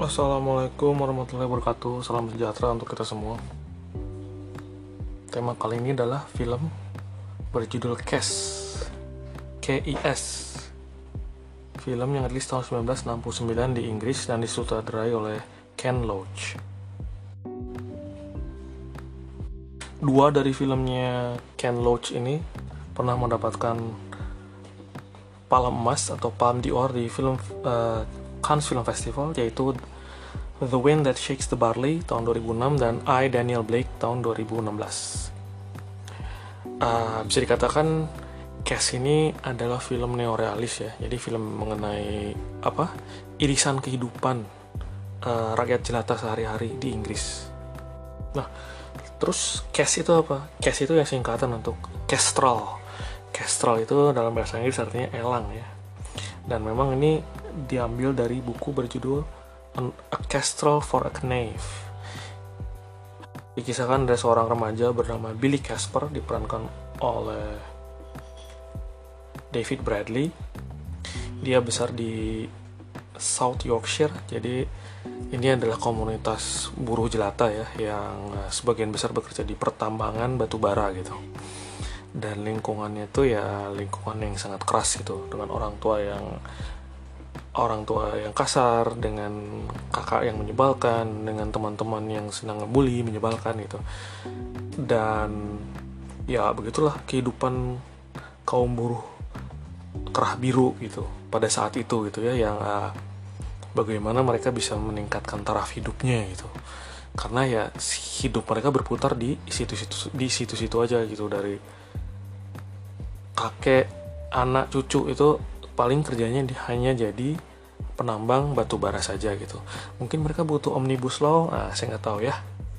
Assalamualaikum warahmatullahi wabarakatuh. Salam sejahtera untuk kita semua. Tema kali ini adalah film berjudul Kes, K-I-S. Film yang rilis tahun 1969 di Inggris dan disutradarai oleh Ken Loach. Dua dari filmnya Ken Loach ini pernah mendapatkan Palm Emas atau Palme d'Or di Cannes Film Festival, yaitu The Wind That Shakes the Barley tahun 2006 dan I, Daniel Blake tahun 2016. Bisa dikatakan Kes ini adalah film neorealis ya, jadi film mengenai irisan kehidupan rakyat jelata sehari-hari di Inggris. Nah, terus Kes itu apa? Kes itu ya singkatan untuk Kestrel. Kestrel itu dalam bahasa Inggris artinya elang ya. Dan memang ini diambil dari buku berjudul A Kestrel for a Knave. Dikisahkan dari seorang remaja bernama Billy Casper, diperankan oleh David Bradley. Dia besar di South Yorkshire, jadi ini adalah komunitas buruh jelata ya, yang sebagian besar bekerja di pertambangan batu bara gitu. Dan lingkungannya itu ya lingkungan yang sangat keras gitu, dengan orang tua yang kasar, dengan kakak yang menyebalkan, dengan teman-teman yang senang ngebully, menyebalkan gitu. Dan ya begitulah kehidupan kaum buruh kerah biru gitu pada saat itu gitu ya, yang bagaimana mereka bisa meningkatkan taraf hidupnya gitu. Karena ya hidup mereka berputar di situ-situ aja gitu, dari kakek, anak, cucu itu paling kerjanya hanya jadi penambang batu bara saja gitu. Mungkin mereka butuh omnibus law, saya nggak tahu ya.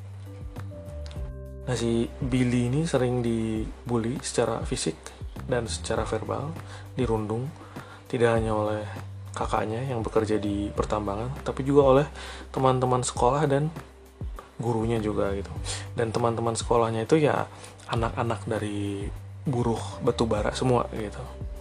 Nah, si Billy ini sering dibully secara fisik dan secara verbal, dirundung, tidak hanya oleh kakaknya yang bekerja di pertambangan, tapi juga oleh teman-teman sekolah dan gurunya juga gitu. Dan teman-teman sekolahnya itu ya anak-anak dari buruh batu bara semua gitu.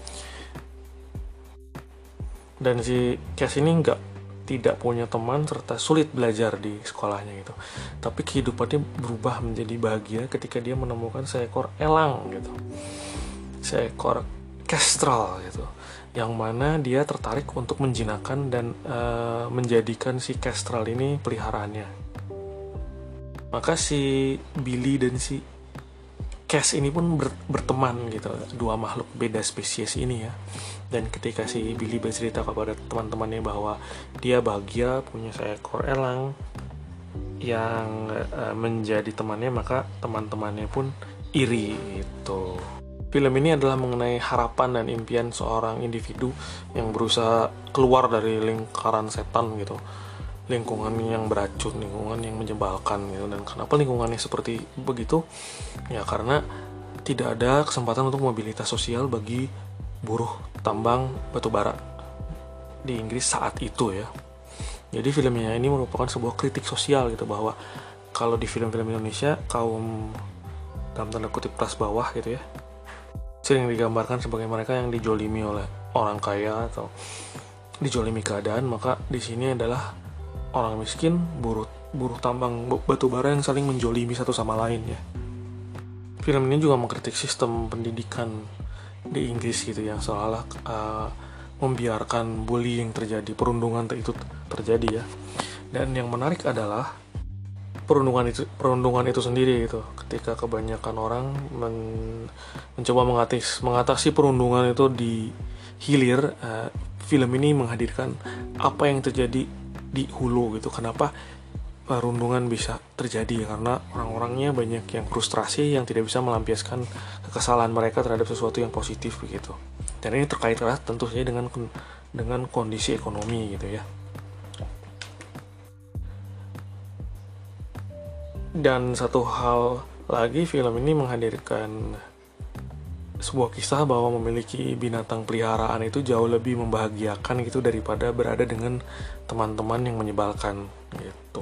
Dan si Kes ini tidak punya teman serta sulit belajar di sekolahnya gitu. Tapi kehidupannya berubah menjadi bahagia ketika dia menemukan seekor elang gitu, seekor kestrel gitu, yang mana dia tertarik untuk menjinakkan dan menjadikan si kestrel ini peliharaannya. Maka si Billy dan si Kes ini pun berteman gitu, dua makhluk beda spesies ini ya. Dan ketika si Billy bercerita kepada teman-temannya bahwa dia bahagia punya seekor elang yang menjadi temannya, maka teman-temannya pun iri gitu. Film ini adalah mengenai harapan dan impian seorang individu yang berusaha keluar dari lingkaran setan gitu, lingkungan yang beracun, lingkungan yang menyebalkan gitu. Dan kenapa lingkungannya seperti begitu? Ya karena tidak ada kesempatan untuk mobilitas sosial bagi buruh tambang batu bara di Inggris saat itu ya. Jadi filmnya ini merupakan sebuah kritik sosial gitu, bahwa kalau di film-film Indonesia kaum dalam tanda kutip kelas bawah gitu ya sering digambarkan sebagai mereka yang dijolimi oleh orang kaya atau dijolimi keadaan, maka di sini adalah orang miskin, buruh tambang batu bara yang saling menjolimi satu sama lain ya. Film ini juga mengkritik sistem pendidikan di Inggris gitu, yang seolah membiarkan bullying terjadi, perundungan itu terjadi ya. Dan yang menarik adalah perundungan itu sendiri gitu. Ketika kebanyakan orang mencoba mengatasi perundungan itu di hilir, film ini menghadirkan apa yang terjadi di hulu gitu. Kenapa perundungan bisa terjadi? Karena orang-orangnya banyak yang frustrasi, yang tidak bisa melampiaskan kekesalan mereka terhadap sesuatu yang positif begitu. Dan ini terkait erat tentu saja dengan kondisi ekonomi gitu ya. Dan satu hal lagi, film ini menghadirkan sebuah kisah bahwa memiliki binatang peliharaan itu jauh lebih membahagiakan gitu daripada berada dengan teman-teman yang menyebalkan gitu.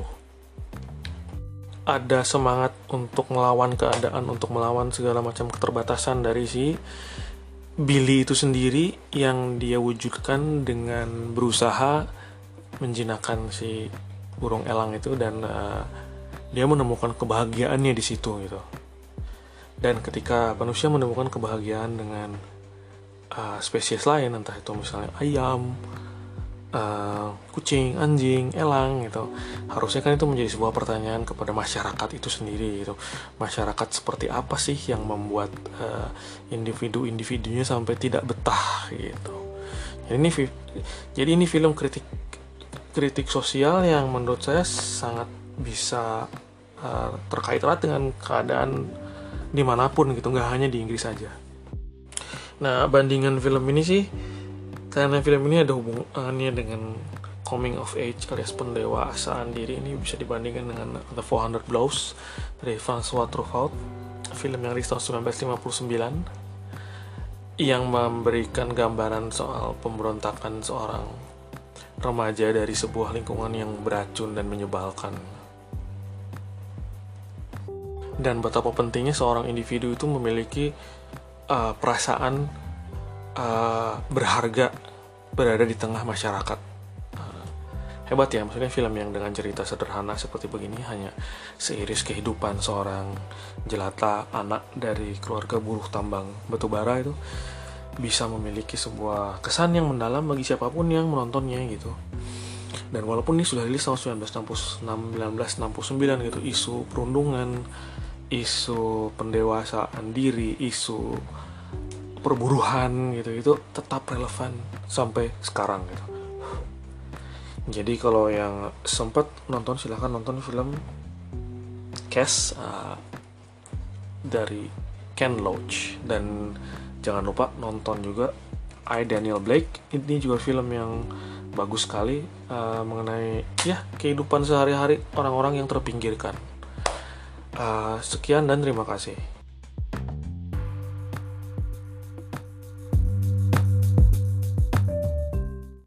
Ada semangat untuk melawan keadaan, untuk melawan segala macam keterbatasan dari si Billy itu sendiri, yang dia wujudkan dengan berusaha menjinakkan si burung elang itu, dan dia menemukan kebahagiaannya di situ gitu. Dan ketika manusia menemukan kebahagiaan dengan spesies lain, entah itu misalnya ayam, kucing, anjing, elang gitu, harusnya kan itu menjadi sebuah pertanyaan kepada masyarakat itu sendiri gitu. Masyarakat seperti apa sih yang membuat individu-individunya sampai tidak betah gitu. Jadi ini film kritik sosial yang menurut saya sangat bisa terkait erat dengan keadaan dimanapun gitu, nggak hanya di Inggris saja. Nah, bandingan film ini sih, karena film ini ada hubungannya dengan coming of age alias pendewasaan diri, ini bisa dibandingkan dengan The 400 Blows dari Francois Truffaut, film yang rilis tahun 1959, yang memberikan gambaran soal pemberontakan seorang remaja dari sebuah lingkungan yang beracun dan menyebalkan. Dan betapa pentingnya seorang individu itu memiliki perasaan berharga berada di tengah masyarakat. Hebat ya, maksudnya film yang dengan cerita sederhana seperti begini, hanya seiris kehidupan seorang jelata, anak dari keluarga buruh tambang batubara, itu bisa memiliki sebuah kesan yang mendalam bagi siapapun yang menontonnya gitu. Dan walaupun ini sudah rilis tahun 1969 gitu, isu perundungan, isu pendewasaan diri, isu perburuhan gitu, itu tetap relevan sampai sekarang gitu. Jadi kalau yang sempat nonton, silahkan nonton film Cash dari Ken Loach, dan jangan lupa nonton juga I, Daniel Blake. Ini juga film yang bagus sekali mengenai kehidupan sehari-hari orang-orang yang terpinggirkan. Sekian dan terima kasih.